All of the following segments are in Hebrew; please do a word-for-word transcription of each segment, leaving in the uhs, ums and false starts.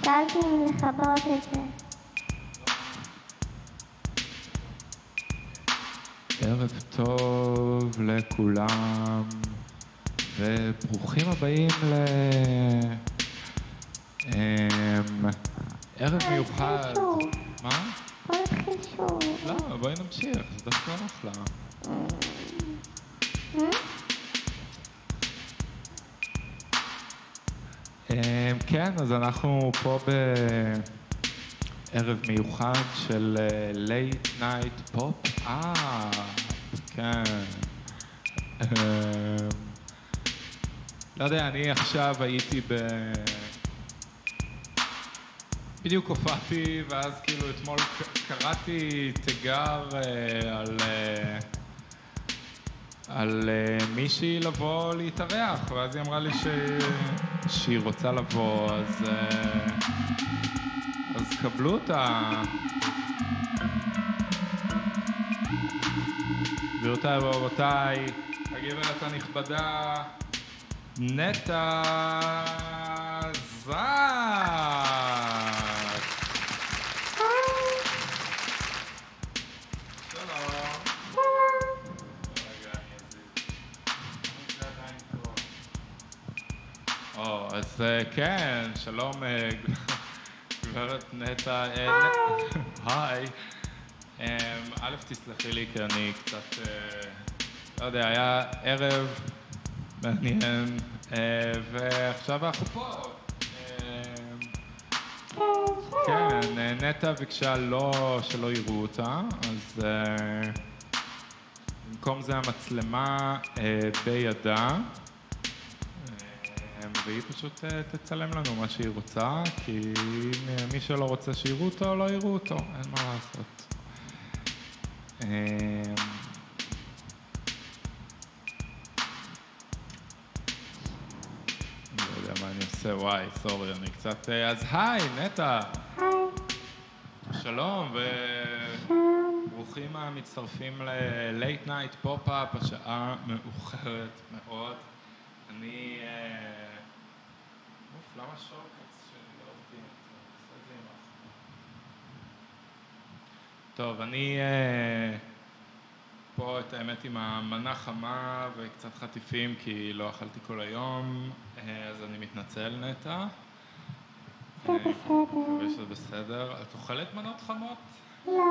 שאלתי אם לכבות את זה. ערב טוב לכולם, וברוכים הבאים ל... ערב מיוחד. מה? בוא נתחיל שוב. לא, בואי נמשיך, זה דווקא אחלה. כן, אז אנחנו פה בערב מיוחד של Late Night Pop. אה, כן. לא יודע, אני עכשיו הייתי ב... בדיוק הופעתי, ואז כאילו אתמול קראתי תיגר על... על מישהי לבוא להתארח, ואז היא אמרה לי ש... שהיא רוצה לבוא, אז... אז קבלו אותה. גבירותיי ורבותיי, הגברת הנכבדה, נטע זק. או, אז כן, שלום, גברת נטע, היי. א', תסלחי לי, כי אני קצת, לא יודע, היה ערב מעניין, ועכשיו אנחנו פה. כן, נטע ביקשה לא, שלא יראו אותה, אז במקום זה המצלמה בידה, והיא פשוט תצלם לנו מה שהיא רוצה, כי מי שלא רוצה שיראו אותו, לא יראו אותו, אין מה לעשות. אני לא יודע מה אני עושה, וואי, סורי, אני קצת... אז היי, נטע. היי. שלום, וברוכים המצטרפים ל-Late Night Pop-Up, השעה מאוחרת מאוד. אני... אוף, למה שורקץ שלי לא עובדים? עושה את זה עם האחרונה. טוב, אני פה את האמת עם המנה חמה וקצת חטיפים, כי לא אכלתי כל היום, אז אני מתנצל, נטע. זה בסדר. אני מקווה שזה בסדר. את אוכלת מנות חמות? לא.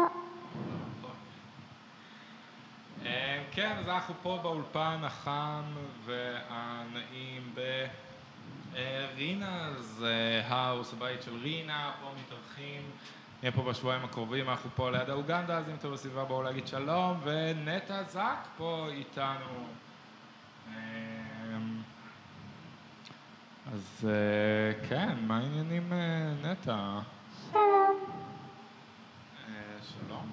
כן, אז אנחנו פה באולפן החם והנעים ברינה's האוס, הבית של רינה, פה מתארחים, נהיה פה בשבועיים הקרובים, אנחנו פה ליד האוגנדה, אז אם אתם בסביבה בואו להגיד שלום, ונטע זק פה איתנו. אז כן, מה העניינים, נטע? שלום. שלום.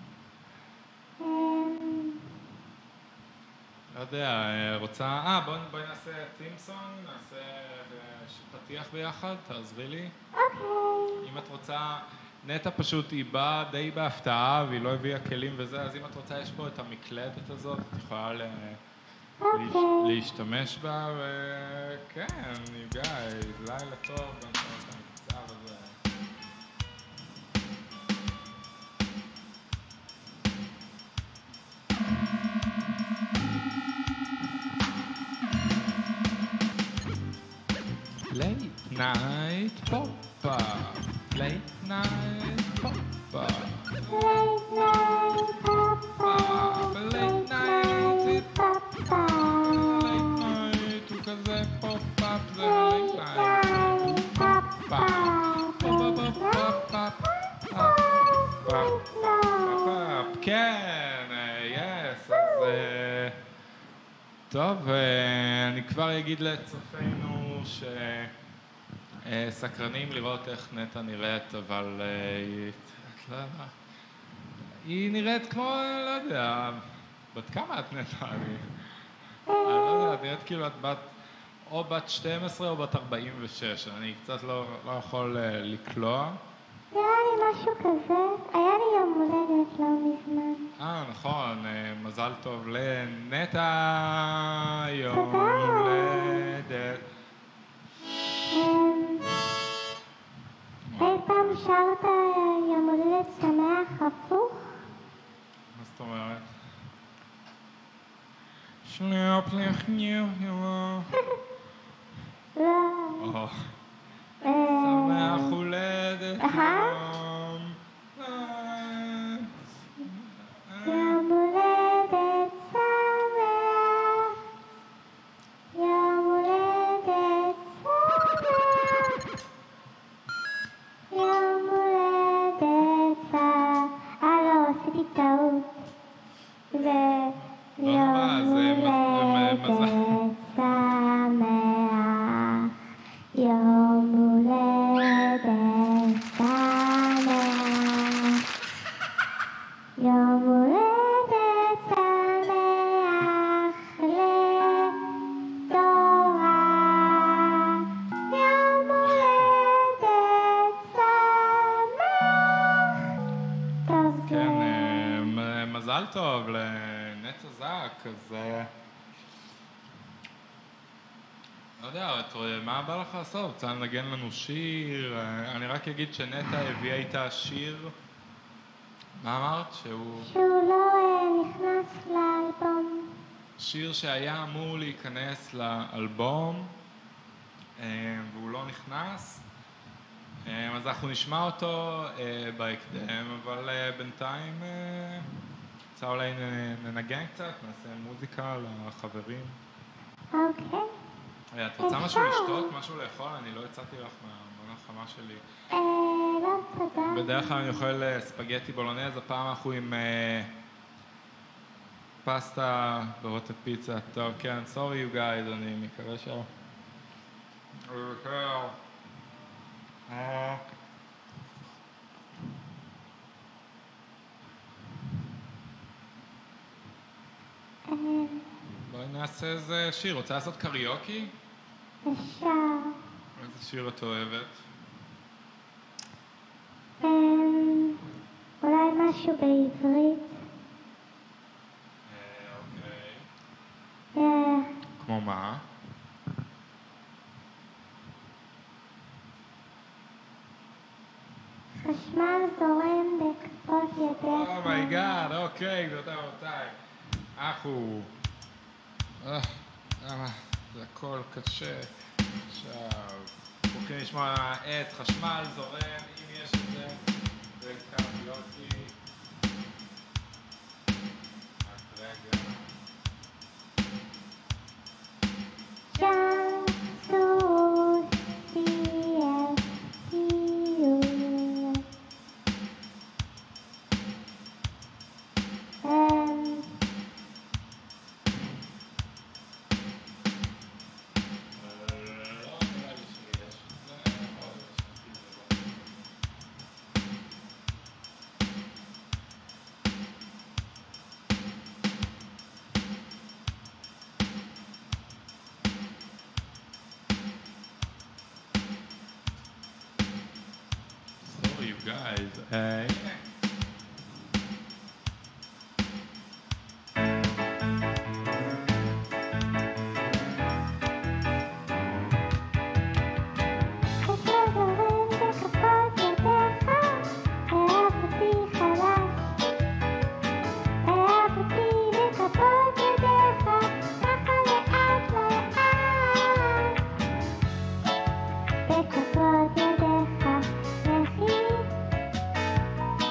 לא יודע, רוצה... אה, בואי בוא נעשה טימסון, נעשה פתיח ביחד, תעזרי לי. אוקיי. אם את רוצה... נטע פשוט היא באה די בהפתעה והיא לא הביאה כלים וזה, אז אם את רוצה, יש פה את המקלדת הזאת, את יכולה ל... אוקיי. להשתמש בה, וכן, you guys, לילה טוב, גם את המקצר הזה. Late night pop-up, late night pop-up, Late night pop-up, late night pop-up, late night, הוא כזה פופ-אפ, זה late night pop-up, פופ-אפ, כן, יס, אז טוב, אני כבר אגיד לצופינו שסקרנים לראות איך נטע נראית, אבל היא נראית כמו, לא יודע, בת כמה את נטע? אני לא יודע, נראית כאילו את בת או בת שתים עשרה או בת ארבעים ושש, אני קצת לא יכול לקלוע. נראה לי משהו כזה, היה לי יום הולדת לא מזמן. אה, נכון, מזל טוב לנטע, יום הולדת. איזה שרת יום הולדת שמח הפוך? מה זאת אומרת? שלופ לך ניו יום. לא. או, אה, שמח הולדת אהה. יום. יום הולדת שמח. יום הולדת שמח. יום הולדת שמח. אה לא, עשיתי טעות. זה לא יום נורא, זה מז- הולדת מזל. שמח. יום הולדת שמח. יום הולדת שמח לדורה. יום הולדת שמח. טוב, כן, זה... אה, מ- מזל טוב לנטע זק, אז... אה, לא יודע, את- מה בא לך לעשות? רוצה לנגן לנו שיר? אה, אני רק אגיד שנטע הביאה איתה שיר. מה אמרת? שהוא שהוא לא אה, נכנס לאלבום. שיר שהיה אמור להיכנס לאלבום, אה, והוא לא נכנס. אה, אז אנחנו נשמע אותו אה, בהקדם, אבל אה, בינתיים אה, רוצה אולי נ- ננגן קצת, נעשה מוזיקה לחברים. אוקיי. אה, את רוצה משהו אפשר. לשתות? משהו לאכול? אני לא הצעתי לך מהמנה החמה שלי. אה, לא תודה. בדרך כלל אני אוכל אה, ספגטי בולונז, הפעם אנחנו עם אה, פסטה ברוטב פיצה. טוב, כן, sorry you guys, אני מקווה ש... אה, אה, בואי נעשה איזה שיר. רוצה לעשות קריוקי? אפשר. איזה שיר את אוהבת? אה, אולי משהו בעברית. אה, אוקיי. אה, כמו מה? חשמל זורם בכפות ידיך. אומייגאד, אוקיי, גבירותיי ורבותיי. אנחנו... אה, למה? זה הכל קשה. עכשיו, הולכים לשמוע את חשמל זורם, אם יש את זה, בקריוקי. רק רגע. שם סוס סייף סיור. אמ, לא נראה לי שיש את זה, אבל יש את זה. Sorry, you guys. Uh, חשמל זורם בכפות ידיך. אהב אותי חלש. אהב אותי בכפות ידיך. ככה לאט לאט. בכפות ידיך. לכי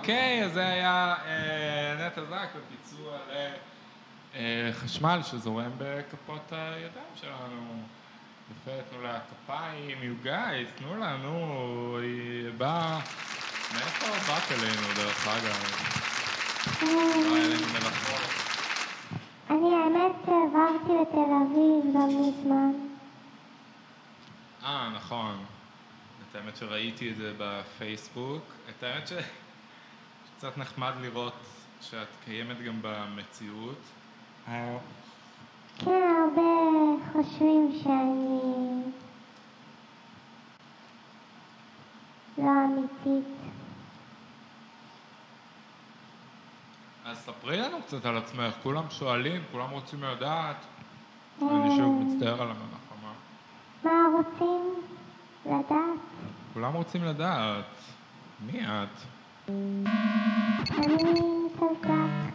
אוקיי, אז זה היה אה, נטע זק בביצוע לחשמל שזורם בכפות הידיים שלנו. יפה, תנו לה כפיים, you guys, תנו לנו, היא באה, מאיפה באת אלינו דרך אגב? באה אלינו מלאכות. אני האמת עברתי לתל אביב לא מזמן. אה, נכון. את האמת שראיתי את זה בפייסבוק. את האמת שקצת נחמד לראות שאת קיימת גם במציאות. כן, הרבה חושבים שאני לא אמיתית. אז ספרי לנו קצת על עצמך, כולם שואלים, כולם רוצים לדעת. אני שוב מצטער על המלחמה. מה רוצים לדעת? כולם רוצים לדעת. מי את? אני תזק.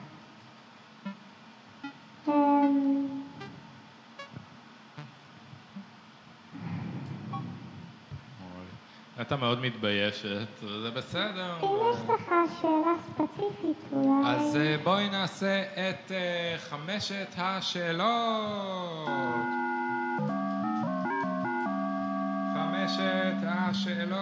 אתה מאוד מתביישת, זה בסדר. אם יש לך שאלה ספציפית אולי... אז בואי נעשה את uh, חמשת השאלות. חמשת השאלות.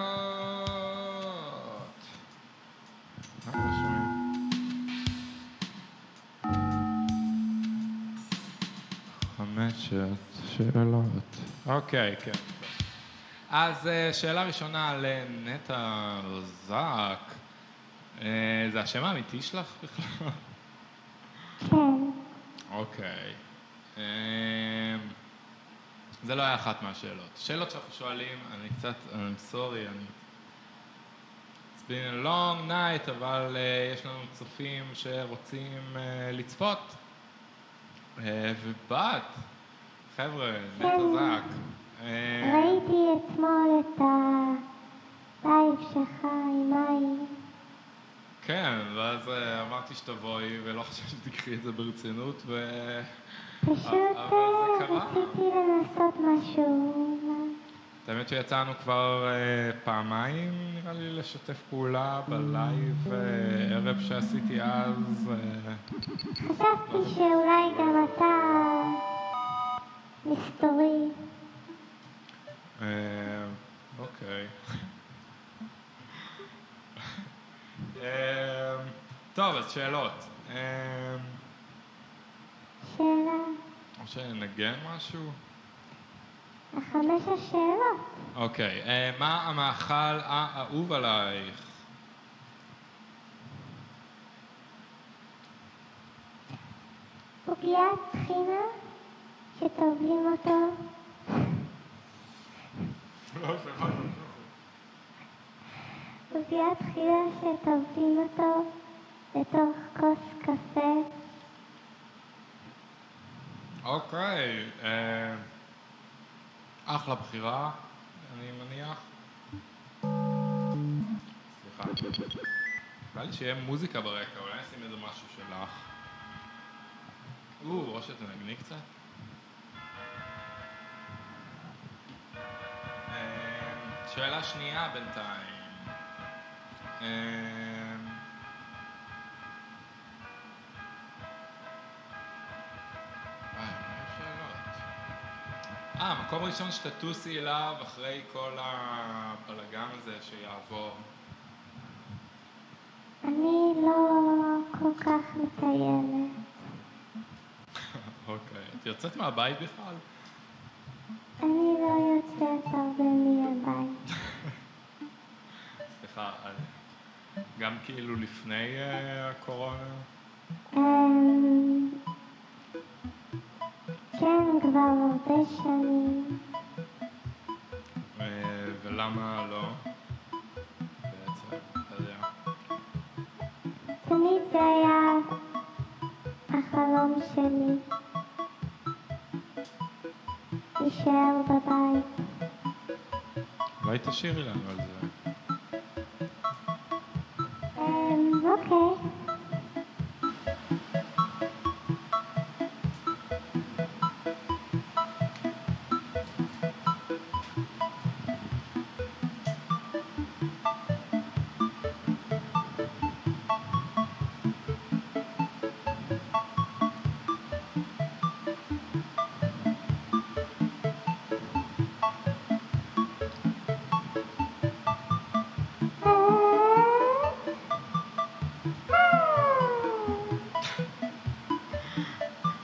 חמשת שאלות. אוקיי, כן. אז שאלה ראשונה לנטע זק. זה השם האמיתי שלך בכלל? כן. אוקיי. זה לא היה אחת מהשאלות. שאלות שאנחנו שואלים, אני קצת, I'm sorry, אני... It's been a long night, אבל יש לנו צופים שרוצים לצפות. ובת, חבר'ה, נטע זק. ראיתי אתמול את הלייב שלך עם מאי. כן, ואז אמרתי שתבואי ולא חשבתי שתקחי את זה ברצינות ו... פשוט רציתי לנסות משהו. האמת שיצאנו כבר פעמיים, נראה לי, לשתף פעולה בלייב ערב שעשיתי אז. חשבתי שאולי גם אתה מסתורי. אוקיי. טוב, אז שאלות. שאלה. או שנגן משהו? החמש השאלות. אוקיי. מה המאכל האהוב עלייך? עוגיית טחינה שטובלים אותו. עוגיית טחינה שטובלים אותו לתוך כוס קפה. אוקיי. אחלה בחירה, אני מניח. סליחה. בא לי שיהיה מוזיקה ברקע, אולי נשים איזה משהו שלך. או, או שתנגני קצת. שאלה שנייה בינתיים. אה, מקום ראשון שתטוסי אליו אחרי כל הבלגן הזה שיעבור. אני לא כל כך מטיילת. אוקיי. את יוצאת מהבית בכלל? אני לא יוצאת הרבה מהבית. סליחה, גם כאילו לפני הקורונה? כן, כבר הרבה שנים. ולמה לא? בעצם, אתה יודע. תמיד זה היה החלום שלי. להישאר בבית. אולי תשאירי לנו על זה. אוקיי.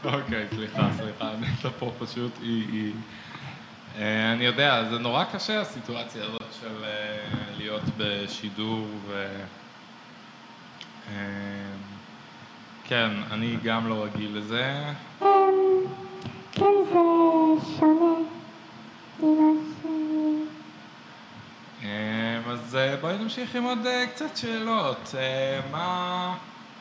אוקיי, סליחה, סליחה, נטע פה פשוט היא... היא... אה, אני יודע, זה נורא קשה הסיטואציה הזאת של אה, להיות בשידור ו... אה, כן, אני גם לא רגיל לזה. אמ, כן, זה שונה ממה ש... אה, אז אה, בואי נמשיך עם עוד אה, קצת שאלות. אה, מה...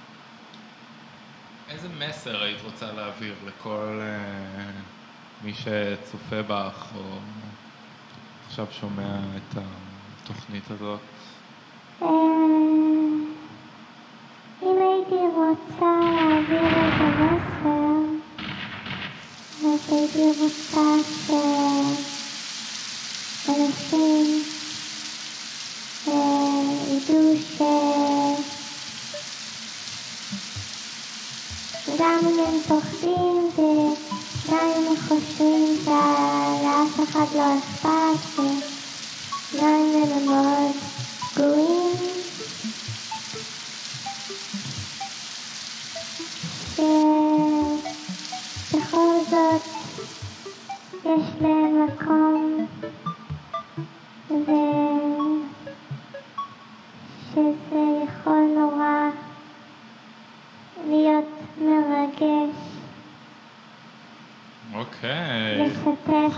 איזה מסר היית רוצה להעביר לכל אה, מי שצופה בך או עכשיו שומע את התוכנית הזאת? אמ, אם הייתי רוצה להעביר איזה מסר, אז הייתי רוצה שאנשים אה, ידעו שגם אם הם פוחדים וגם אם הם חושבים שלאף אחד לא אכפת וגם אם הם מאוד פגועים, שבכל זאת יש להם מקום ושזה יכול נורא להיות מרגש אוקיי. לשתף.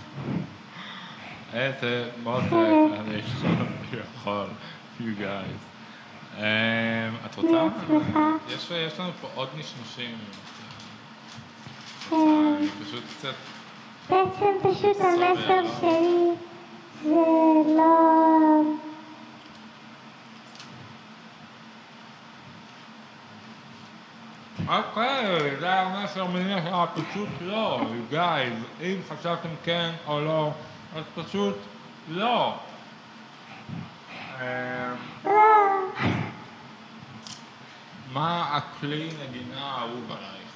איזה מותק, אני לא יכול, you guys. אמ, את רוצה? בהצלחה. יש יש לנו פה עוד נשנושים. כן. אני פשוט קצת... בעצם פשוט המסר שלי זה לא... אוקיי, זה המסר מניח, פשוט לא, you guys. אם חשבתם כן או לא, אז פשוט לא. אמ, לא. מה הכלי נגינה האהוב עלייך?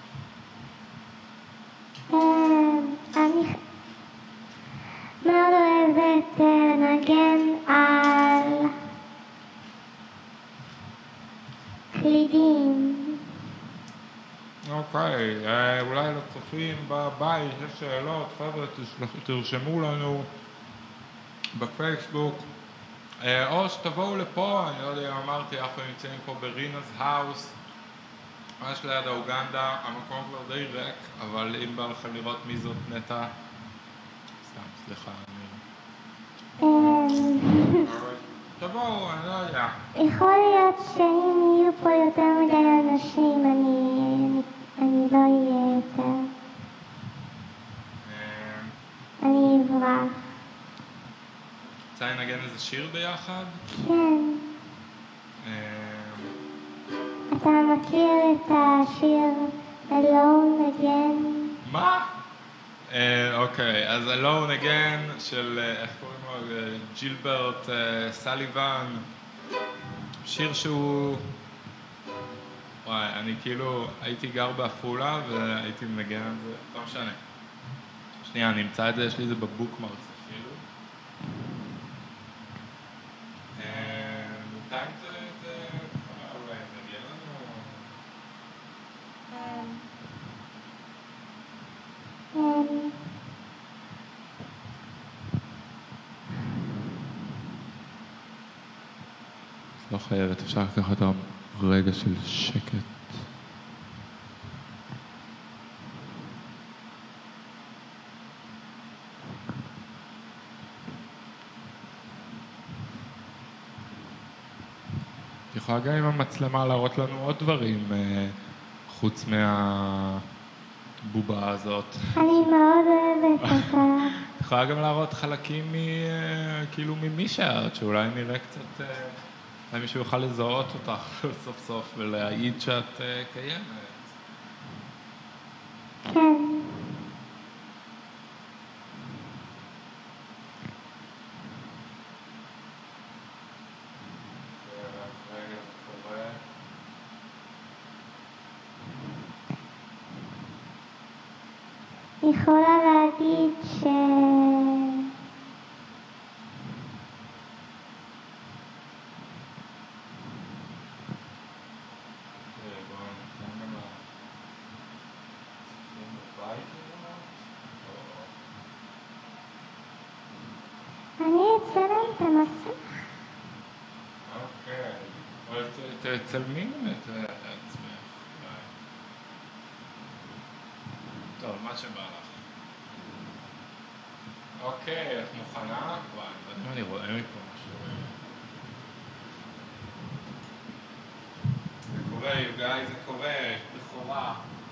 אמ, אני מאוד אוהבת אה, לנגן על קלידים. אוקיי, אה, אולי לצופים בבית יש שאלות, חבר'ה, תשלחו- תרשמו לנו בפייסבוק, אה, או שתבואו לפה, אני לא יודע אם אמרתי, אנחנו נמצאים פה ברינה's האוס, ממש ליד האוגנדה, המקום כבר די ריק, אבל אם בא לכם לראות מי זאת נטע, סתם, סליחה, אני... אמ, תבואו, אני לא יודע. יכול להיות שאם יהיו פה יותר מדי אנשים אני, אני לא אהיה יותר, אה, אני אברח. רוצה לנגן איזה שיר ביחד? כן. אה, אתה מכיר את השיר Alone Again? מה? אה, אוקיי, אז Alone Again של, אה, איך קוראים לו? אה, ג'ילברט אה, סליבן. שיר שהוא... וואי, אני כאילו הייתי גר בעפולה והייתי מנגן על זה, לא משנה. שנייה, אני אמצא את זה, יש לי את זה בבוקמרקס אפילו. אה, בינתיים זה... זה... אולי נגן לנו... אמ, לא חייבת, אפשר לקחת גם רגע של שקט. את יכולה גם עם המצלמה להראות לנו עוד דברים אה, חוץ מהבובה הזאת. אני מאוד אוהבת אותה. את יכולה גם להראות חלקים מ... אה, כאילו ממי שאת, שאולי נראה קצת... אה, אולי מישהו יוכל לזהות אותך סוף סוף ולהעיד שאת אה, קיימת. כן. יכולה להגיד ש... למסך. אוקיי. אבל תצלמי את עצמך. טוב, מה שבא לך. אוקיי, את מוכנה? וואי, אני רואה מפה משהו. זה קורה, you guys, זה קורה, בכורה.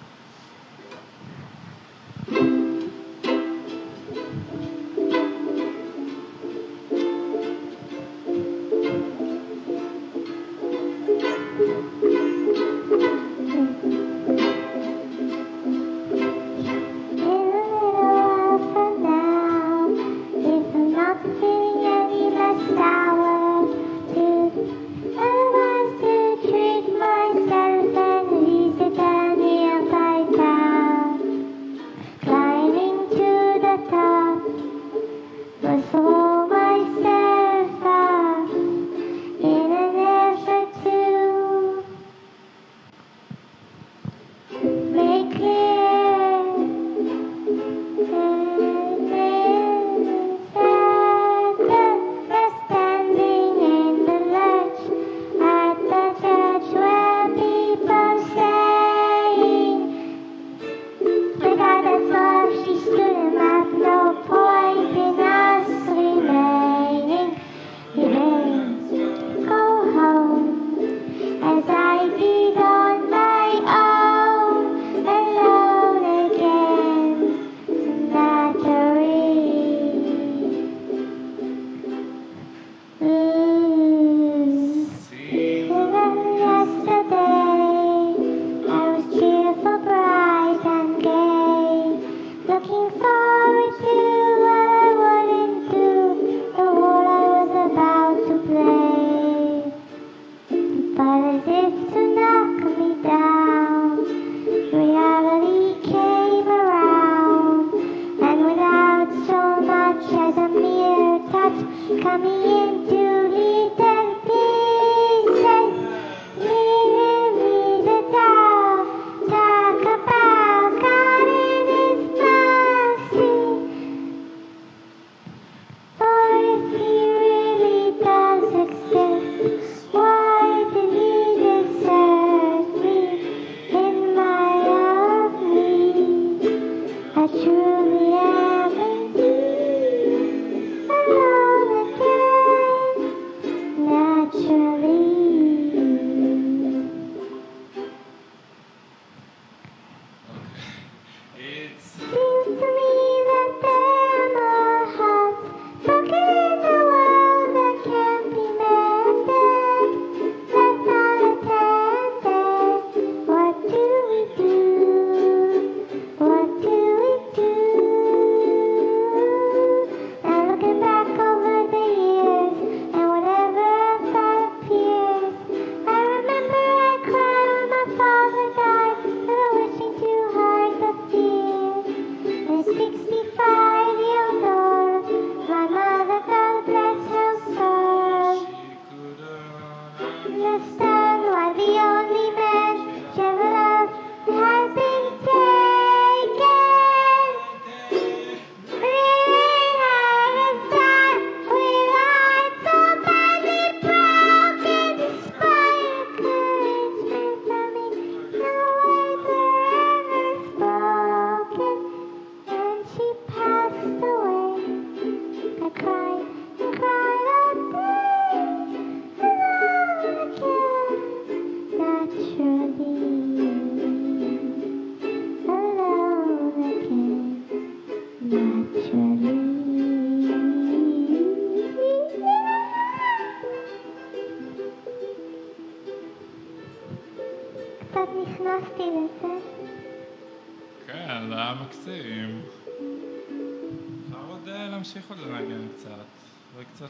נמשיך עוד לנגן קצת, וקצת,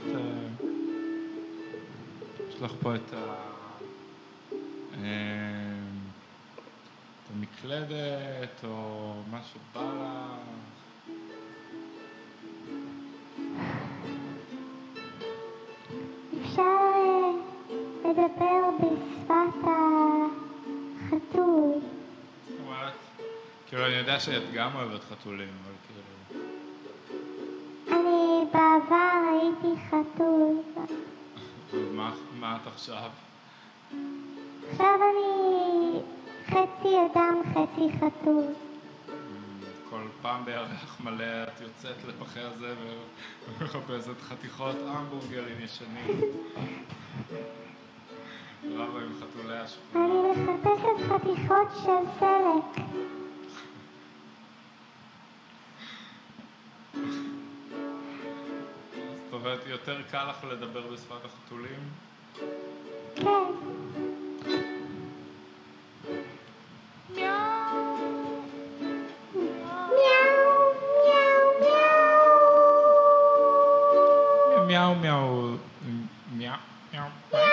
יש לך פה את המקלדת או מה שבא לך. אפשר לדבר בשפת החתול. זאת אומרת, כאילו אני יודע שאת גם אוהבת חתולים, אבל כאילו... אני בעבר הייתי חתול. מה, מה את עכשיו? עכשיו אני חצי אדם, חצי חתול. כל פעם בירח מלא את יוצאת לפחי הזה ומחפשת חתיכות המבורגרים ישנים. רבה עם חתולי השכונה. אני מחפשת חתיכות של סלק. זאת אומרת, יותר קל לך לדבר בשפת החתולים? כן. מיאו מיאו מיאו מיאו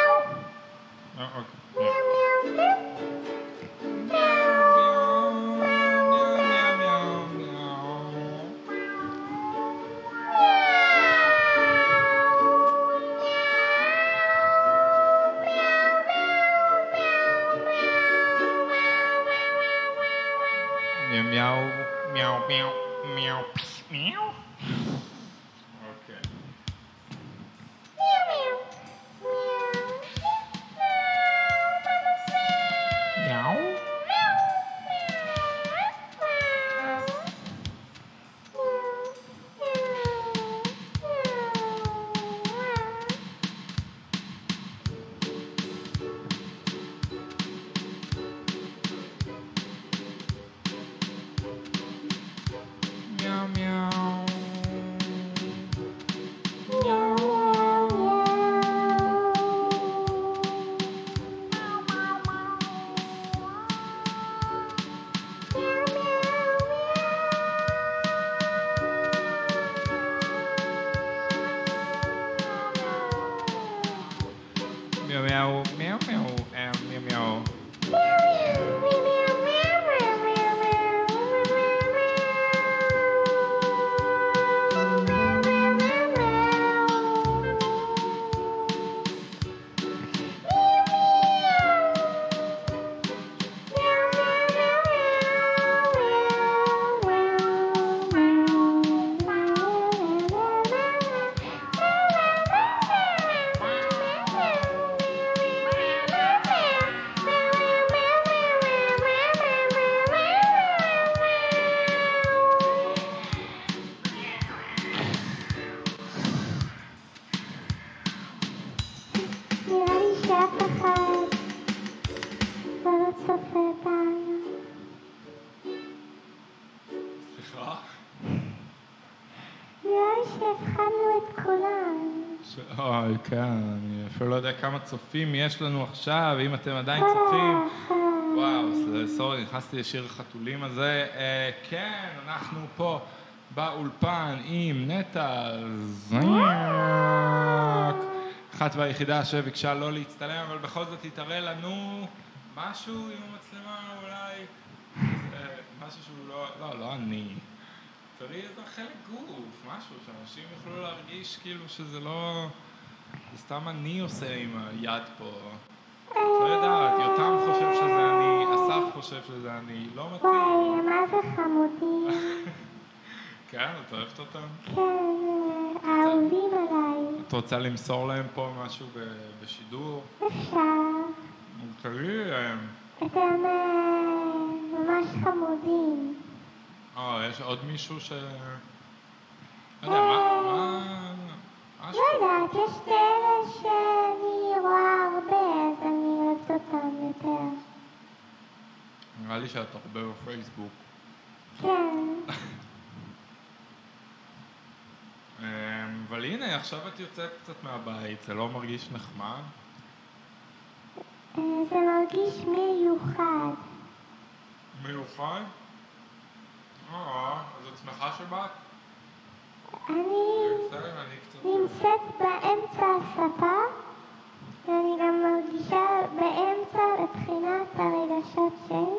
מיאו מיאו מיאו מיאו מיאו. אוקיי. Meow meow meow meow meow meow. אוי, כן, אני אפילו לא יודע כמה צופים יש לנו עכשיו, אם אתם עדיין צופים. וואו, סורי, נכנסתי לשיר החתולים הזה. כן, אנחנו פה באולפן עם נטע זניק, אחת והיחידה שביקשה לא להצטלם, אבל בכל זאת תתראה לנו משהו עם המצלמה, אולי משהו שהוא לא, לא, לא אני. תראי איזה חלק גוף, משהו שאנשים יוכלו להרגיש כאילו שזה לא... זה סתם אני עושה עם היד פה. לא יודעת, יותם חושב שזה אני, אסף חושב שזה אני, לא מתאים. וואי, מה זה חמודי? כן, את אוהבת אותם? כן, אהובים עליי. את רוצה למסור להם פה משהו בשידור? אפשר. תראי להם. אתם ממש חמודים. אה, יש עוד מישהו ש... לא יודע, מה... מה... לא יודעת, יש כאלה שאני רואה הרבה, אז אני אוהבת אותם יותר. נראה לי שאת הרבה בפייסבוק. כן. אבל הנה, עכשיו את יוצאת קצת מהבית, זה לא מרגיש נחמד? זה מרגיש מיוחד. מיוחד? אה, אז את שמחה שבאת? אני נמצאת באמצע הספה, ואני גם מרגישה באמצע לבחינת הרגשות שלי.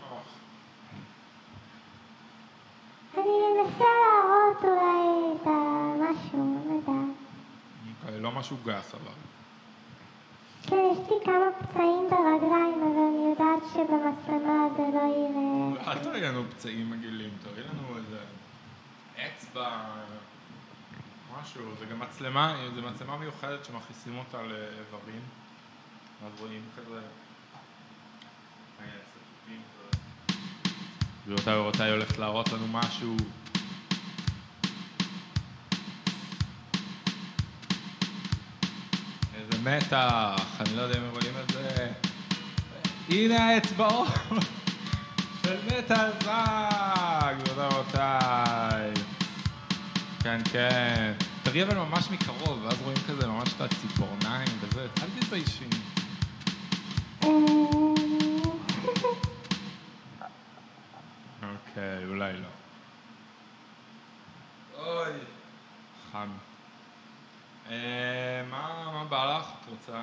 אני אנסה להראות אולי את המשהו, לא יודעת. אוקיי, לא משהו גס אבל. כן, יש לי כמה פצעים ברגליים, אבל אני יודעת שבמצלמה זה לא יראה. אל תראי לנו פצעים מגעילים, תראי לנו איזה אצבע, משהו, זה גם מצלמה, זה מצלמה מיוחדת שמכניסים אותה לאיברים, אז רואים כזה... גבירותיי ורבותיי, הולכת להראות לנו משהו. איזה מתח, אני לא יודע אם הם רואים את זה. הנה האצבעות של נטע זק, גבירותיי ורבותיי. כן, כן. תראי אבל ממש מקרוב, ואז רואים כזה ממש את הציפורניים וזה. אל תתביישי. אוקיי, אולי לא. אוי, חם. מה, מה בא לך? את רוצה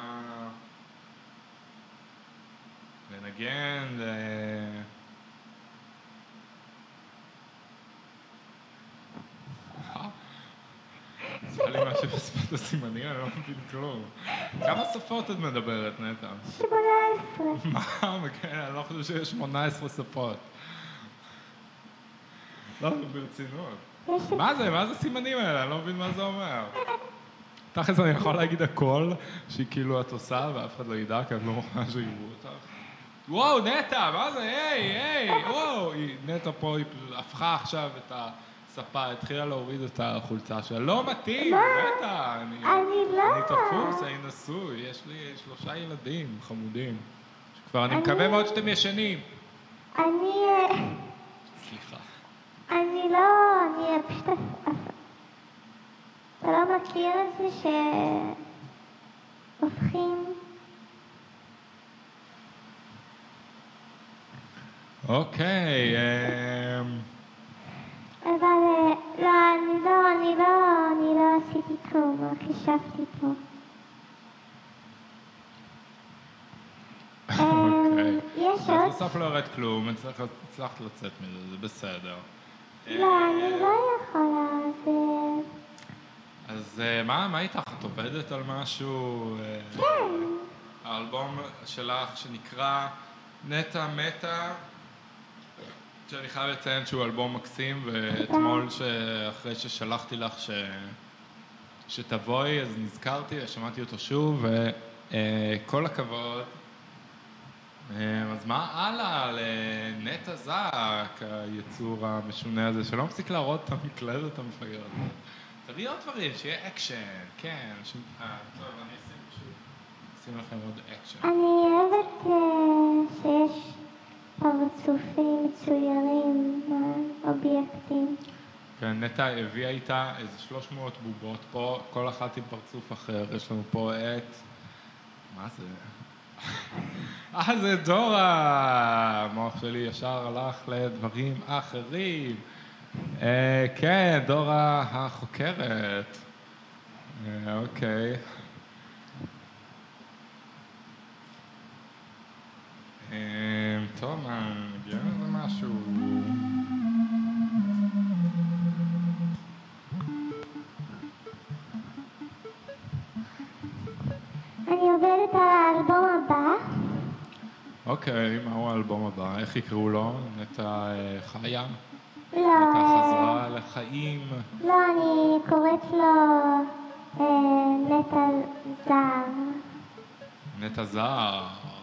לנגן? ל... עושה לי משהו בשפת הסימנים, אני לא מבין כלום. כמה שפות את מדברת, נטע? שמונה עשרה. מה? אני לא חושב שיש שמונה עשרה שפות. לא, ברצינות. מה זה? מה זה סימנים האלה? אני לא מבין מה זה אומר. תכף אני יכול להגיד הכל שהיא כאילו את עושה ואף אחד לא ידע, כי את לא מוכנה שיראו אותך. וואו, נטע, מה זה? היי, היי, וואו. נטע פה היא הפכה עכשיו את הספה, התחילה להוריד את החולצה שלה. לא מתאים, נטע. אני לא. אני תפוס, אני נשוי, יש לי שלושה ילדים חמודים. שכבר אני מקווה מאוד שאתם ישנים. אני... סליחה. אני לא, אני פשוט... אתה לא מכיר את זה שהופכים? אוקיי, אבל לא, אני לא, אני לא, אני לא עשיתי כלום, רק ישבתי פה. אוקיי. יש אז עוד? בסוף לא הראית כלום, הצלחת לצאת מזה, זה בסדר. לא, אני לא יכולה, זה... אז מה, מה איתך? את עובדת על משהו? כן. האלבום שלך שנקרא נטע מתה, שאני חייב לציין שהוא אלבום מקסים, ואתמול אחרי ששלחתי לך ש... שתבואי, אז נזכרתי, שמעתי אותו שוב, וכל הכבוד. אז מה הלאה לנטע זק, היצור המשונה הזה, שלא מפסיק להראות את המקלדת המפגרת. תראי עוד דברים, שיהיה אקשן, כן. טוב, אני אשים פשוט, אשים לכם עוד אקשן. אני אוהבת שיש פרצופים מצוירים, אובייקטים. כן, נטע הביאה איתה איזה שלוש מאות בובות פה, כל אחת עם פרצוף אחר. יש לנו פה את... מה זה? אה, זה דורה! המוח שלי ישר הלך לדברים אחרים. אה, כן, דורה החוקרת. אה, אוקיי. אה, טוב, מה, נגיע לזה משהו? אני עובדת על האלבום הבא. אוקיי, מהו האלבום הבא? איך יקראו לו? נטע חיה? לא. נטע חזרה לחיים? לא, אני קוראת לו נטע זר. נטע זר.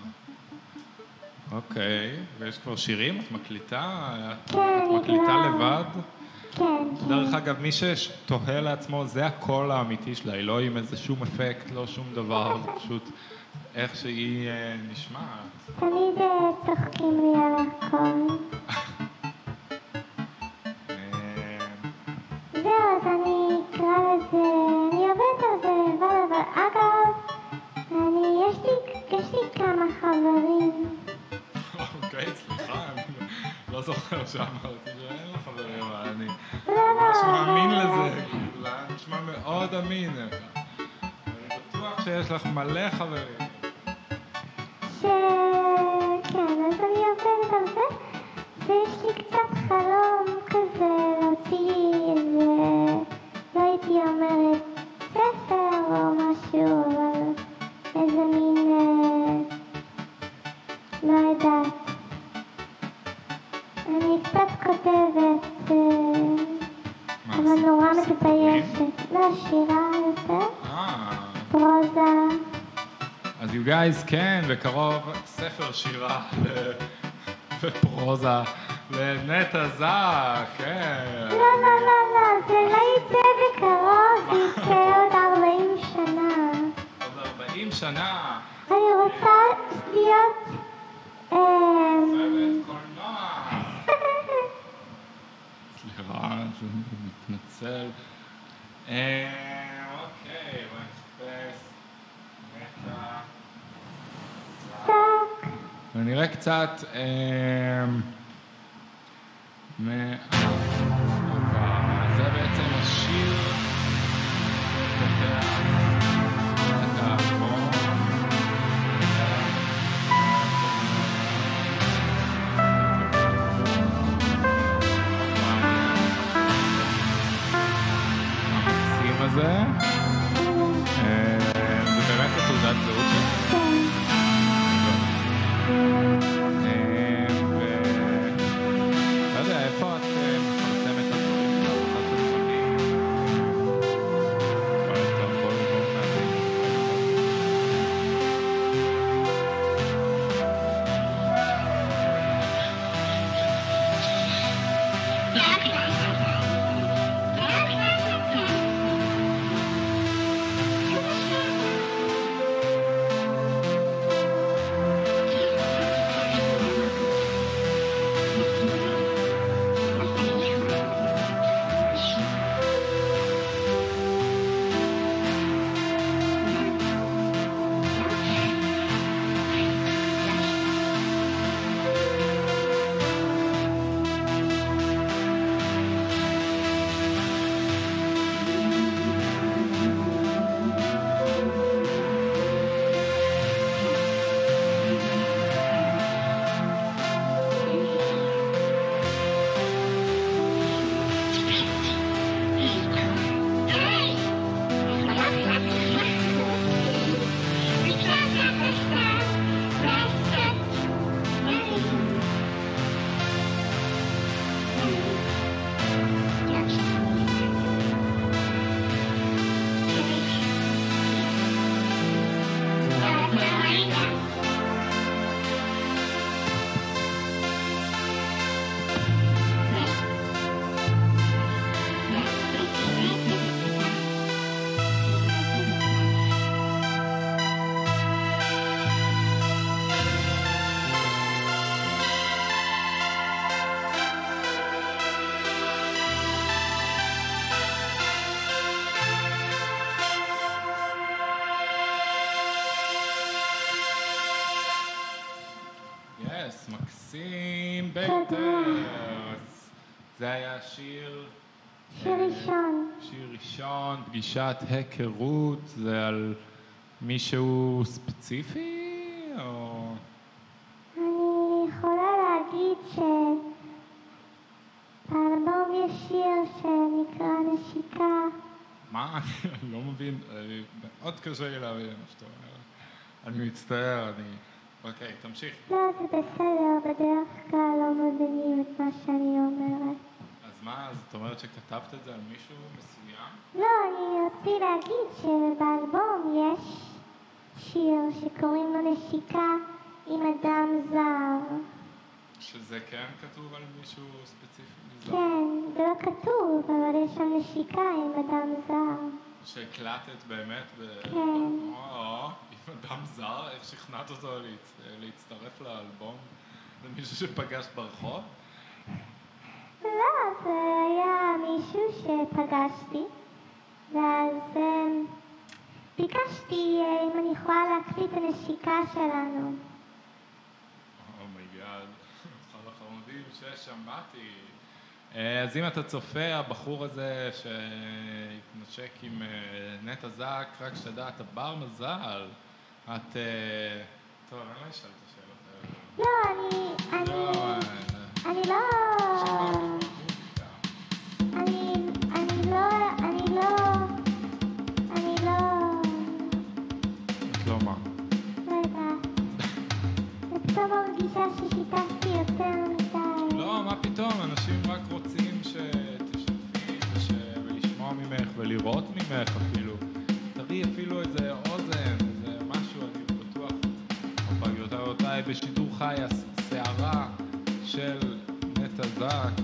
אוקיי, ויש כבר שירים? את מקליטה? כן, את מקליטה לא. לבד? כן, כן. דרך אגב, מי שתוהה לעצמו, זה הקול האמיתי שלה, היא לא עם איזה שום אפקט, לא שום דבר, זה פשוט איך שהיא אה, נשמעת. תמיד אה, צוחקים לי על הכל. אה, זהו, אז אני אקרא לזה, אני עובדת על זה לבד, אבל אגב, אני, יש לי, יש לי כמה חברים. אוקיי, סליחה, אני לא זוכר שאמרתי שאין לך חברים, אבל אני לא, ממש לא, מאמין אבל- לזה, זה היה נשמע מאוד אמין. אני בטוח שיש לך מלא חברים. ש... כן, אז אני עובדת על זה, ויש לי קצת חלום כזה להוציא איזה, לא הייתי אומרת ספר או משהו, אבל איזה מין, אה, לא יודעת. אני קצת כותבת, אה, אבל נורא מתביישת. לא, שירה יותר. אה. פרוזה. אז you guys, כן, בקרוב ספר שירה ופרוזה לנטע זק, כן. לא, לא, לא, לא, זה לא יצא בקרוב, זה יצא עוד ארבעים שנה. עוד ארבעים שנה. אני רוצה להיות... סרט קולנוע. סליחה, אני מתנצל. אוקיי, בוא נחפש. נטע. זק. ונראה קצת... זה בעצם השיר פותח את האלבום. המקסים הזה. זה באמת התעודת זהות שלך? לא יודע, איפה את מפרסמת את הדברים שלך? קצת מפנים? אבל טוב, בואו נעזים. מקסים ביותר. זה היה שיר... שיר ראשון. שיר ראשון, פגישת היכרות, זה על מישהו ספציפי, או... אני יכולה להגיד שבאלבום יש שיר שנקרא נשיקה. מה? אני לא מבין, מאוד קשה לי להבין מה שאתה אומר. אני מצטער, אני... אוקיי, תמשיך. לא, זה בסדר, בדרך כלל לא מבינים את מה שאני אומרת. אז מה, אז את אומרת שכתבת את זה על מישהו מסוים? לא, אני רציתי להגיד שבאלבום יש שיר שקוראים לו נשיקה עם אדם זר. שזה כן כתוב על מישהו ספציפי מזר? כן, זה לא כתוב, אבל יש שם נשיקה עם אדם זר. שהקלטת באמת ב... כן. או, עם אדם זר? איך שכנעת אותו להצ... להצטרף לאלבום? זה מישהו שפגש ברחוב? לא, זה היה מישהו שפגשתי, ואז ביקשתי אם אני יכולה להקליט את הנשיקה שלנו. אומייגאד, אחד החמודים ששמעתי. אז אם אתה צופה, הבחור הזה שהתנשק עם נטע זק, רק שתדע, אתה בר מזל. את... טוב, אני לא אשאל את השאלות האלה. לא, אני... אני... אני לא... אני... אני לא... אני לא... אני לא... את לא מה? לא יודעת. אני פתאום מרגישה ששיתפתי יותר מדי. לא, מה פתאום? אנשים רק רוצים שתשתפי וש... ממך אפילו. תראי אפילו איזה אוזן, איזה משהו, אני בטוח. פגעותיי בשידור חי, הסערה של נטע זק.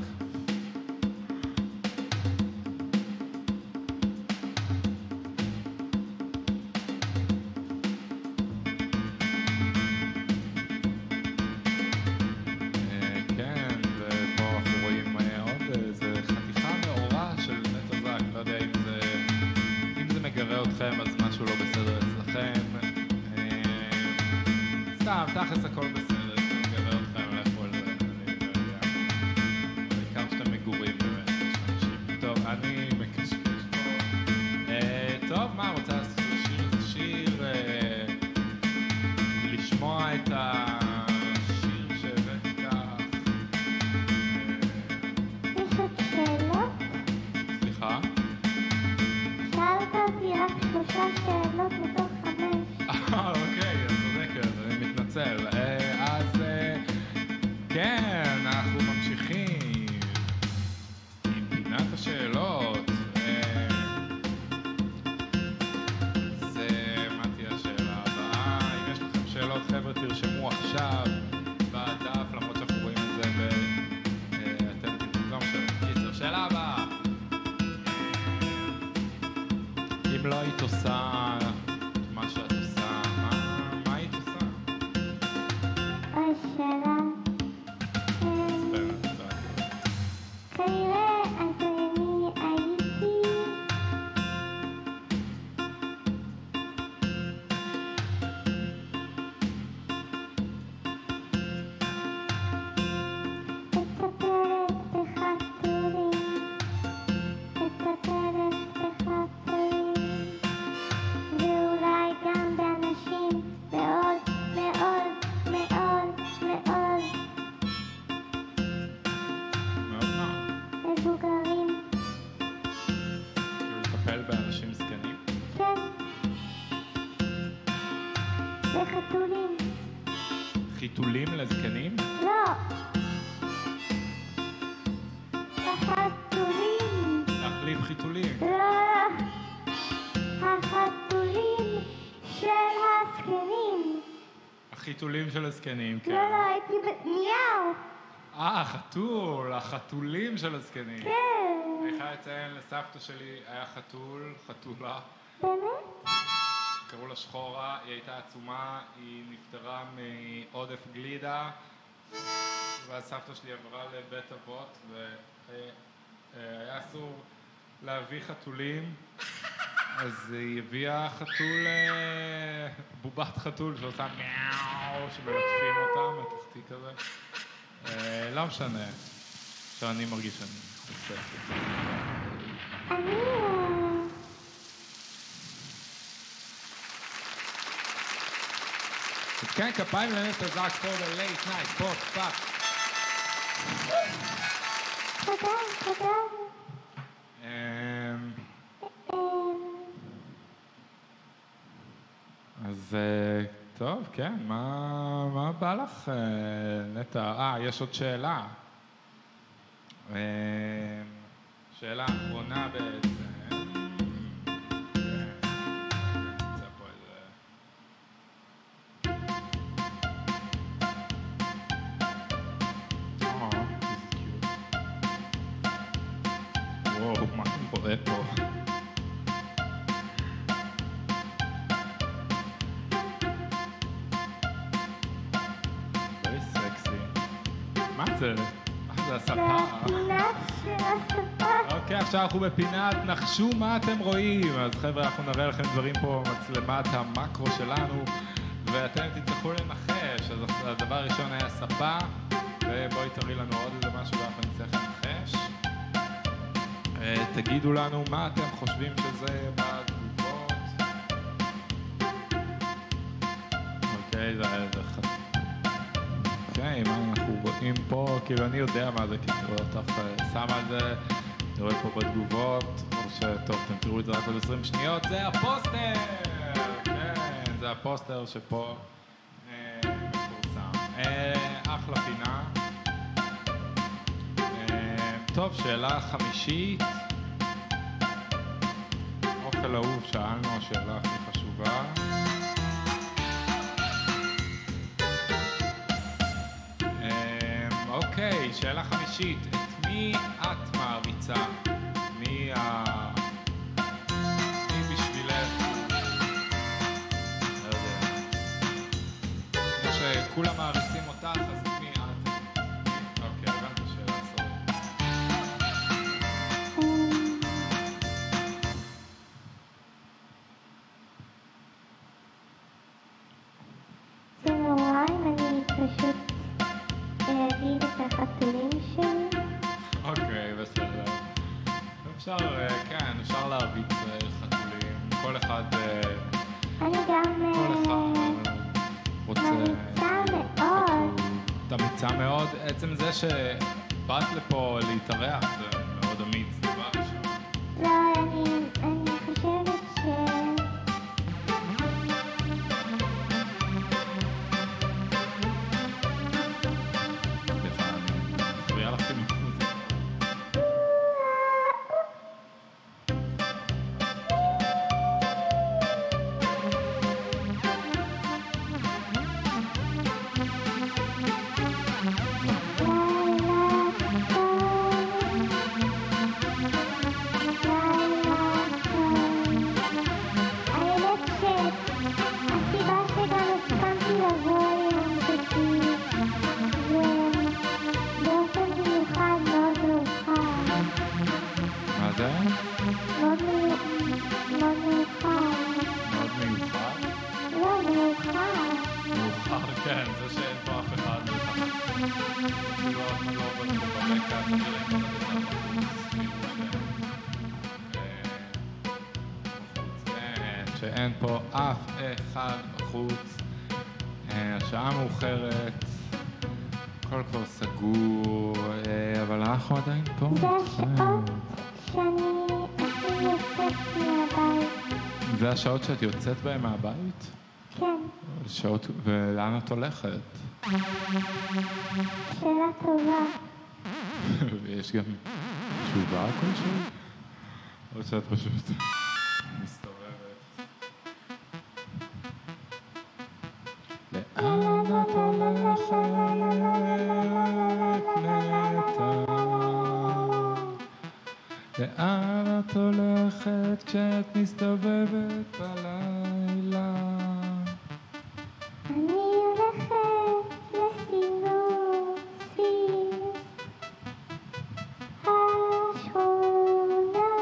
תכלס הכל בסדר, אני מגבר אתכם לכו על זה, אני לא יודע. בעיקר שאתם מגורים באמת, יש אנשים. טוב, אני מקשקש פה. טוב, מה, רוצה לשיר איזה שיר? לשמוע את השיר שהבאת איתך? יש עוד שאלות? סליחה? שאלת אותי רק שלושה שאלות מתוך חמש. אה, אוקיי, אז צודקת, אני מתנצל. אז כן, אנחנו ממשיכים עם פינת השאלות. זה, מה תהיה השאלה הבאה? אם יש לכם שאלות, חבר'ה, תרשמו עכשיו בדף, למרות שאנחנו רואים את זה ואתם תראו גם שאלה. שאלה הבאה. אם לא היית עושה מה שאת עושה, מה, מה היית עושה? אוי, שאלה. כנראה, אז אני הייתי... מטפלת בחתולים, מטפלת בחתולים, ואולי גם באנשים מאוד מאוד מאוד מאוד מאוד מה? מבוגרים. כאילו לטפל באנשים זקנים? כן. בחתולים. חיתולים לזקנים? לא. בחתולים. להחליף חיתולים? לא. החתולים של הזקנים. החיתולים של הזקנים, כן. לא, לא, הייתי בניהו. אה, החתול, החתולים של הזקנים. כן. אני חייב לציין, לסבתא שלי היה חתול, חתולה. באמת? קראו לה שחורה, היא הייתה עצומה, היא נפטרה מעודף גלידה, ואז סבתא שלי עברה לבית אבות, והיה אסור להביא חתולים, אז היא הביאה חתול, בובת חתול שעושה מיאו, שמלטפים אותה, מתחתי כזה. לא משנה, עכשיו אני מרגיש שאני חוסך. אני... אז כן, כפיים לנטע זק פה ב-Late Night Podcast. תודה, תודה. אמ, אמ, אז אה, טוב, כן, מה מה בא לך, אה, נטע? אה, יש עוד שאלה. אמ, שאלה אחרונה בעצם. כן, נמצא פה איזה... אה, איזה קיוט. וואו, מה אני רואה פה? very sexy. מה זה? מה זה הספה? והפינה של הספה. אוקיי, עכשיו אנחנו בפינת נחשו מה אתם רואים. אז חבר'ה, אנחנו נראה לכם דברים פה במצלמת המקרו שלנו, ואתם תצטרכו לנחש. אז הדבר הראשון היה ספה, ובואי תראי לנו עוד איזה משהו ואנחנו נצטרך לנחש. אה, תגידו לנו מה אתם חושבים שזה בתגובות. אוקיי, זה זה חד... אוקיי, מה אנחנו רואים פה? כאילו אני יודע מה זה, כי אני רואה אותך שמה על זה, אני רואה פה בתגובות, או שטוב, אתם תראו את זה רק עוד עשרים שניות, זה הפוסטר! כן, זה הפוסטר שפה אה, מפורסם. אה, אחלה פינה. אה, טוב, שאלה חמישית. אוכל אוכל אהוב, שאלנו, השאלה הכי חשובה. אוקיי, שאלה חמישית. את מי את מעריצה? מי ה... מי בשבילך? לא יודע. כמו שכולם מעריצים אותך, אז מי את? אוקיי, הבנתי שאלה, סורי. זה נורא אם אני פשוט אגיד את החתולים שלי. אוקיי, בסדר. אפשר, כן, אפשר להביט חתולים. כל אחד... אני גם כל אחד רוצה... אמיצה מאוד. את אמיצה מאוד. עצם זה שבאת לפה להתארח זה מאוד אמיץ, דבר ראשון. לא, אני, אני חושבת ש... סליחה, אני מפריע לך עם המוזיקה. מה זה? מאוד מאוחר. מאוד מיוחד? לא, מאוחר. מאוחר, כן, זה שאין פה אף אחד מתחת. אפילו אף אחד לא עובד פה ברקע, כנראה אם קצת יותר בחוץ, כאילו שאין פה אף אחד בחוץ. השעה מאוחרת, הכל כבר סגור, אבל אנחנו עדיין פה. זה השעות שאני הכי יוצאת מהבית. זה השעות שאת יוצאת בהן מהבית? כן, שעות, ולאן את הולכת? שאלה טובה. ויש גם תשובה כלשהו? או שאת פשוט מסתובבת? לאן את הולכת נטע? לאן את הולכת כשאת מסתובבת בלילה? אני הולכת לסיבוב סביב השכונה.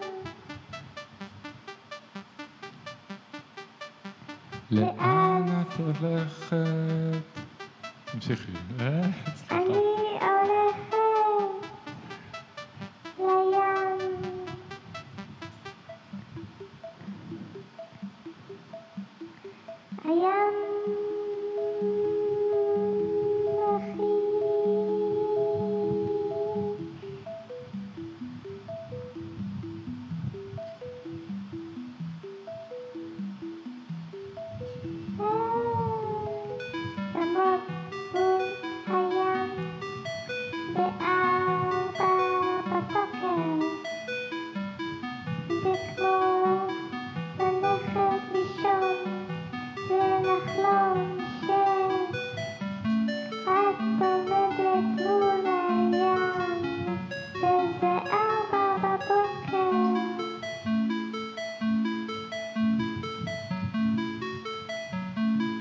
לאן את הולכת? תמשיכי. סליחה. אני הולכת לים. הים הכי למרות מול הים בארבע בבוקר. זה כמו ללכת לישון ולחלום שאת עומדת מול הים וזה ארבע בבוקר.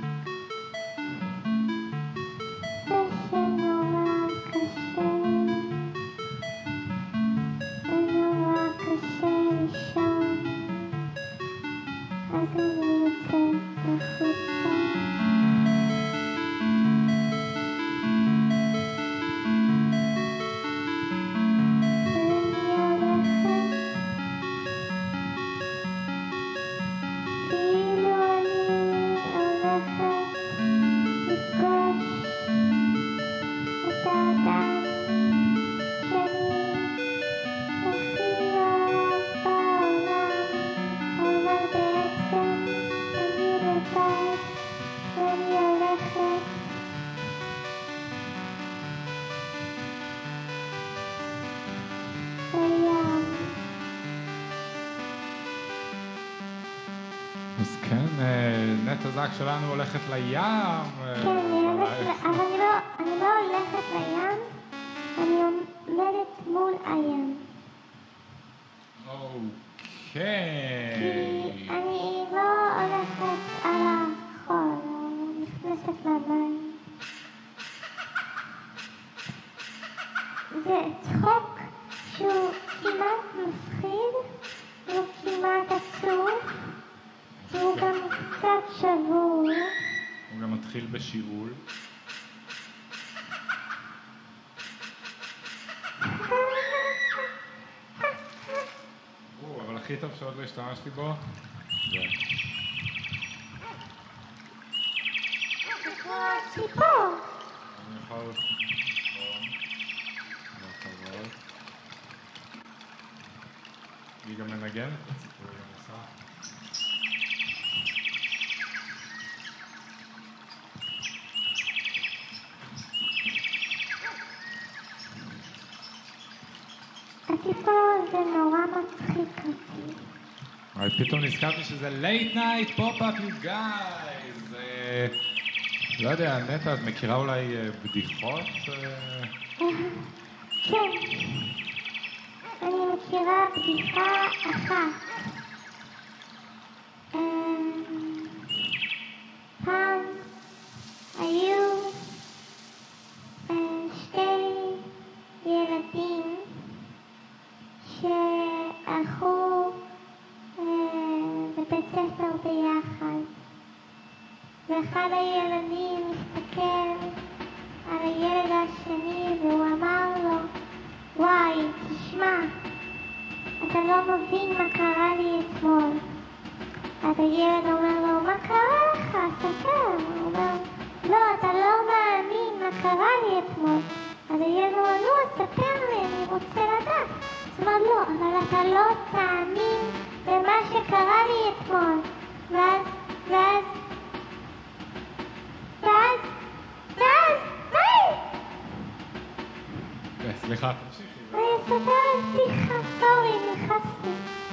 ושנורא קשה נטע זק שלנו הולכת לים. כן, אני הולכת, אבל אני לא, אני לא הולכת לים, אני עומדת מול הים. אוקיי. כי אני לא הולכת על החול, או נכנסת למים. זה צחוק שהוא כמעט מפחיד, הוא כמעט עצוב, והוא גם קצת שבור. הוא גם מתחיל בשיעול. או, אבל הכי טוב שעוד לא השתמשתי בו. זה. זה כמו ציפור. אני יכול... היא גם מנגנת את הציפור, היא גם עושה. הציפור זה נורא מצחיק אותי. אבל פתאום נזכרתי שזה late night pop-up you guys. לא יודע, נטע, את מכירה אולי בדיחות? כן. אני מכירה בדיחה אחת. פעם היו שתי ילדים שהלכו לבית ספר ביחד, ואחד הילדים מסתכל על הילד השני והוא אמר לו, וואי, תשמע, אתה לא מבין מה קרה לי אתמול. אז הילד אומר לו, מה קרה לך? ספר. הוא אומר, לא, אתה לא מאמין מה קרה לי אתמול. אז הילד אומר, לא, ספר לי, אני רוצה לדעת. אז הוא אומר, לא, אבל אתה לא תאמין במה שקרה לי אתמול. ואז, ואז, ואז, ואז, ואז. סליחה, תמשיכי. אני אספר בדיחה, סורי, נכנסתי.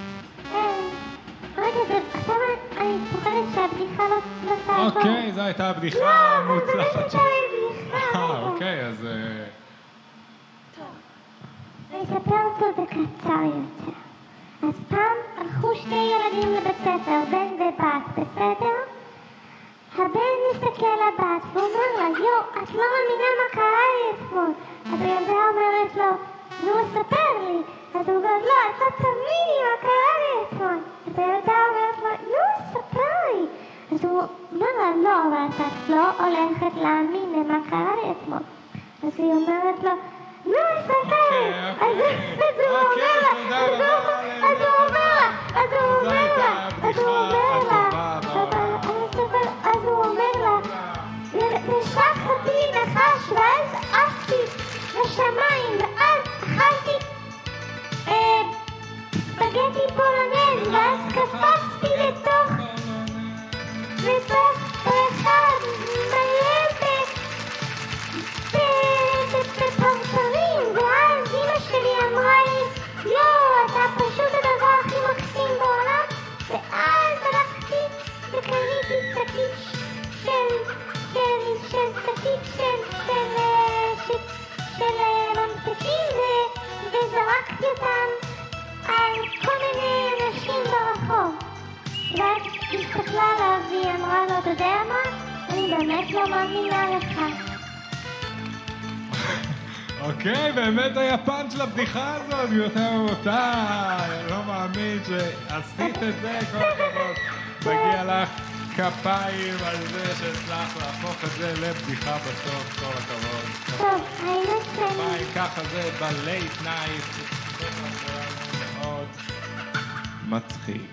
רגע, זה עכשיו אני פוחדת שהבדיחה לא תעבור. אוקיי, זו הייתה הבדיחה המוצלחת. לא, זה באמת הייתה בדיחה. אה, אוקיי, אז... טוב. אני אספר אותו בקצר יותר. אז פעם הלכו שני ילדים לבית ספר, בן ובת, בסדר? הבן מסתכל לבת ואומר לה, יו, את לא מאמינה מה קרה לי אתמול. אז הילדה אומרת לו, נו, ספר לי. אז הוא אומר, לא, את לא תאמיני מה קרה לי אתמול. אז הילדה אומרת לו, נו, ספר לי. אז הוא אומר לה, לא, אבל את לא הולכת להאמין למה קרה לי אתמול. אז היא אומרת לו, נו, ספר לי. אז הוא אומר לה, אז הוא אומר לה, אז הוא אומר לה, אז הוא אומר לה, אז הוא אומר לה, נשך אותי נחש, ואז עפתי לשמיים, ואז אכלתי ספגטי בולונז, ואז קפצתי לתוך, לתוך אחד מלא בפרפרים, ואז אמא שלי אמרה לי, יואו, אתה פשוט הדבר הכי מקסים בעולם, ואז הלכתי וקניתי שקית של, של, של שקית של, של, של ממתקים, וזרקתי אותם על כל מיני אנשים ברחוב. ואז הסתכלה עליו והיא אמרה לו, אתה יודע מה? אני באמת לא מאמינה לך. אוקיי, באמת היה פאנץ' לבדיחה הזאת, יותר אותה, אני לא מאמין שעשית את זה, כל הכבוד. מגיע לך כפיים על זה שהצלחת להפוך את זה לבדיחה בסוף, כל הכבוד. טוב, האמת שאני... כפיים, ככה זה בלייט נייט, מאוד מצחיק.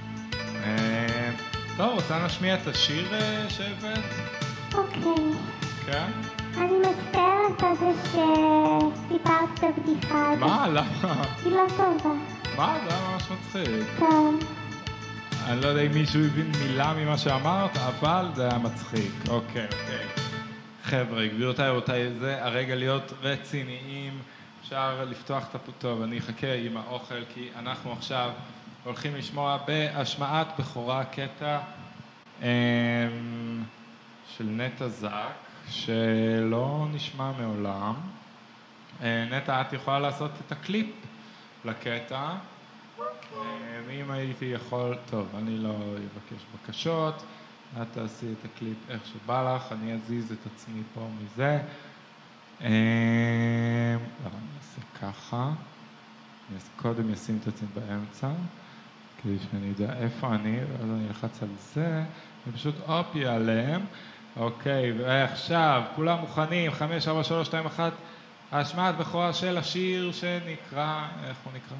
טוב, רוצה נשמיע את השיר שהבאת? אוקיי. כן? אני מצטערת על זה שסיפרת את הבדיחה הזאת. מה? למה? היא לא טובה. מה? זה היה ממש מצחיק. טוב. אני לא יודע אם מישהו הבין מילה ממה שאמרת, אבל זה היה מצחיק. אוקיי, אוקיי. חבר'ה, גבירותיי ורבותיי, זה הרגע להיות רציניים. אפשר לפתוח את הפוטוב, אני אחכה עם האוכל, כי אנחנו עכשיו הולכים לשמוע בהשמעת בכורה קטע של נטע זק, שלא נשמע מעולם. נטע, את יכולה לעשות את הקליפ לקטע. אם הייתי יכול, טוב, אני לא אבקש בקשות, את תעשי את הקליפ איך שבא לך, אני אזיז את עצמי פה מזה. לא, אני אעשה ככה. אני קודם אשים את עצמי באמצע, כדי שאני יודע איפה אני, ואז אני אלחץ על זה, ופשוט אופ ייעלם. אוקיי, ועכשיו, כולם מוכנים, חמש, ארבע, שלוש, שתיים, אחת, השמעת בכורה של השיר שנקרא, איך הוא נקרא?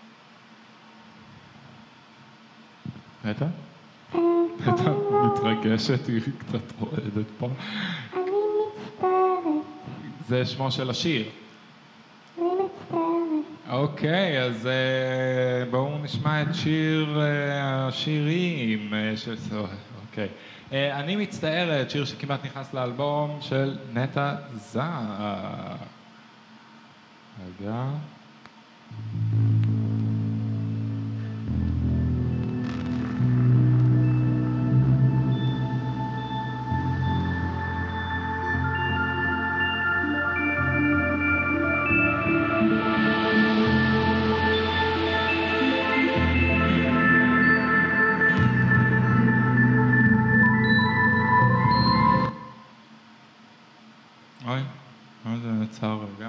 נטע? נטע מתרגשת, היא קצת רועדת פה. אני מצטערת. זה שמו של השיר. אני מצטערת. אוקיי, אז בואו נשמע את שיר השירים של סוהר. אוקיי. אני מצטערת, שיר שכמעט נכנס לאלבום של נטע זק. רגע. אוי, מה זה נצר רגע?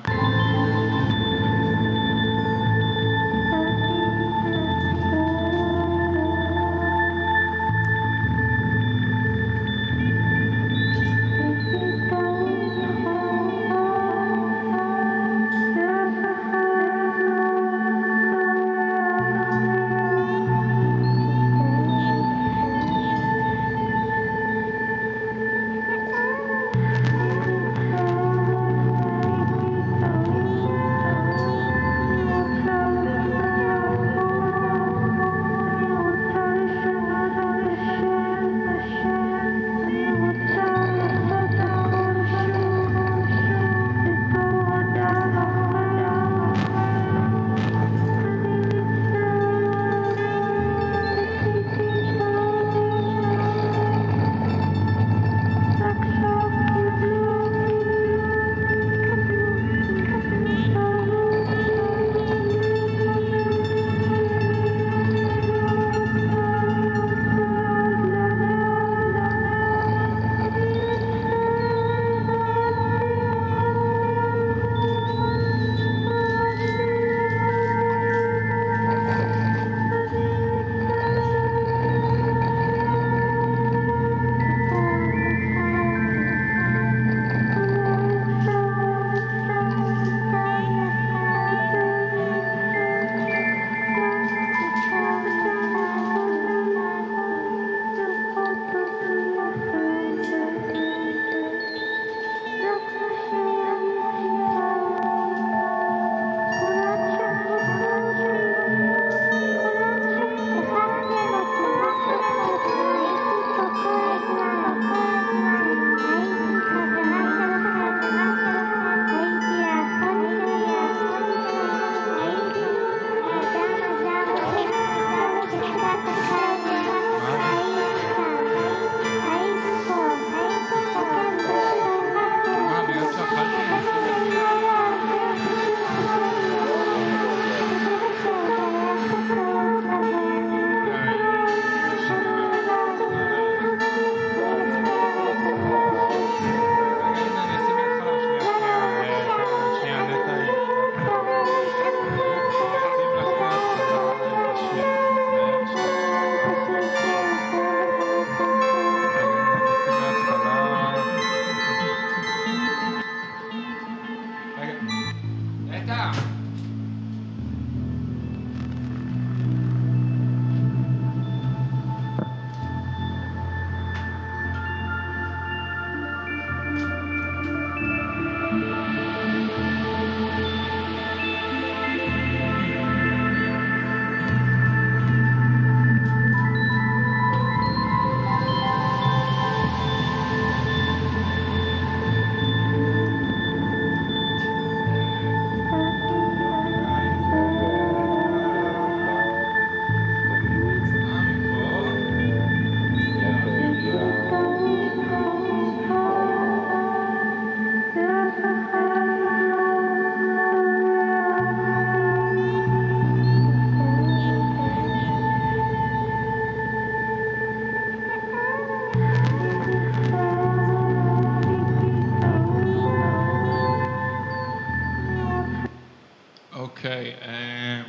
אוקיי, אה,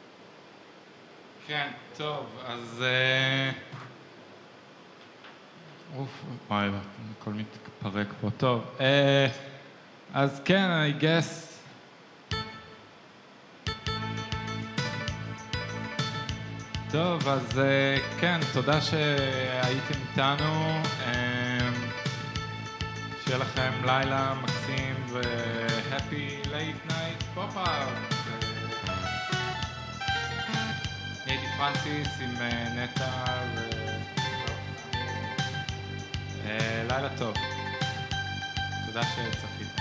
כן, טוב, אז... אה, אוף, וואי, הכל מתפרק פה, טוב. אה, אז כן, I guess... טוב, אז כן, תודה שהייתם איתנו. שיהיה לכם לילה מקסים ו-Happy Late Night Pop-Up. הייתי פרנסיס עם נטע ו... לילה טוב. תודה שצפית.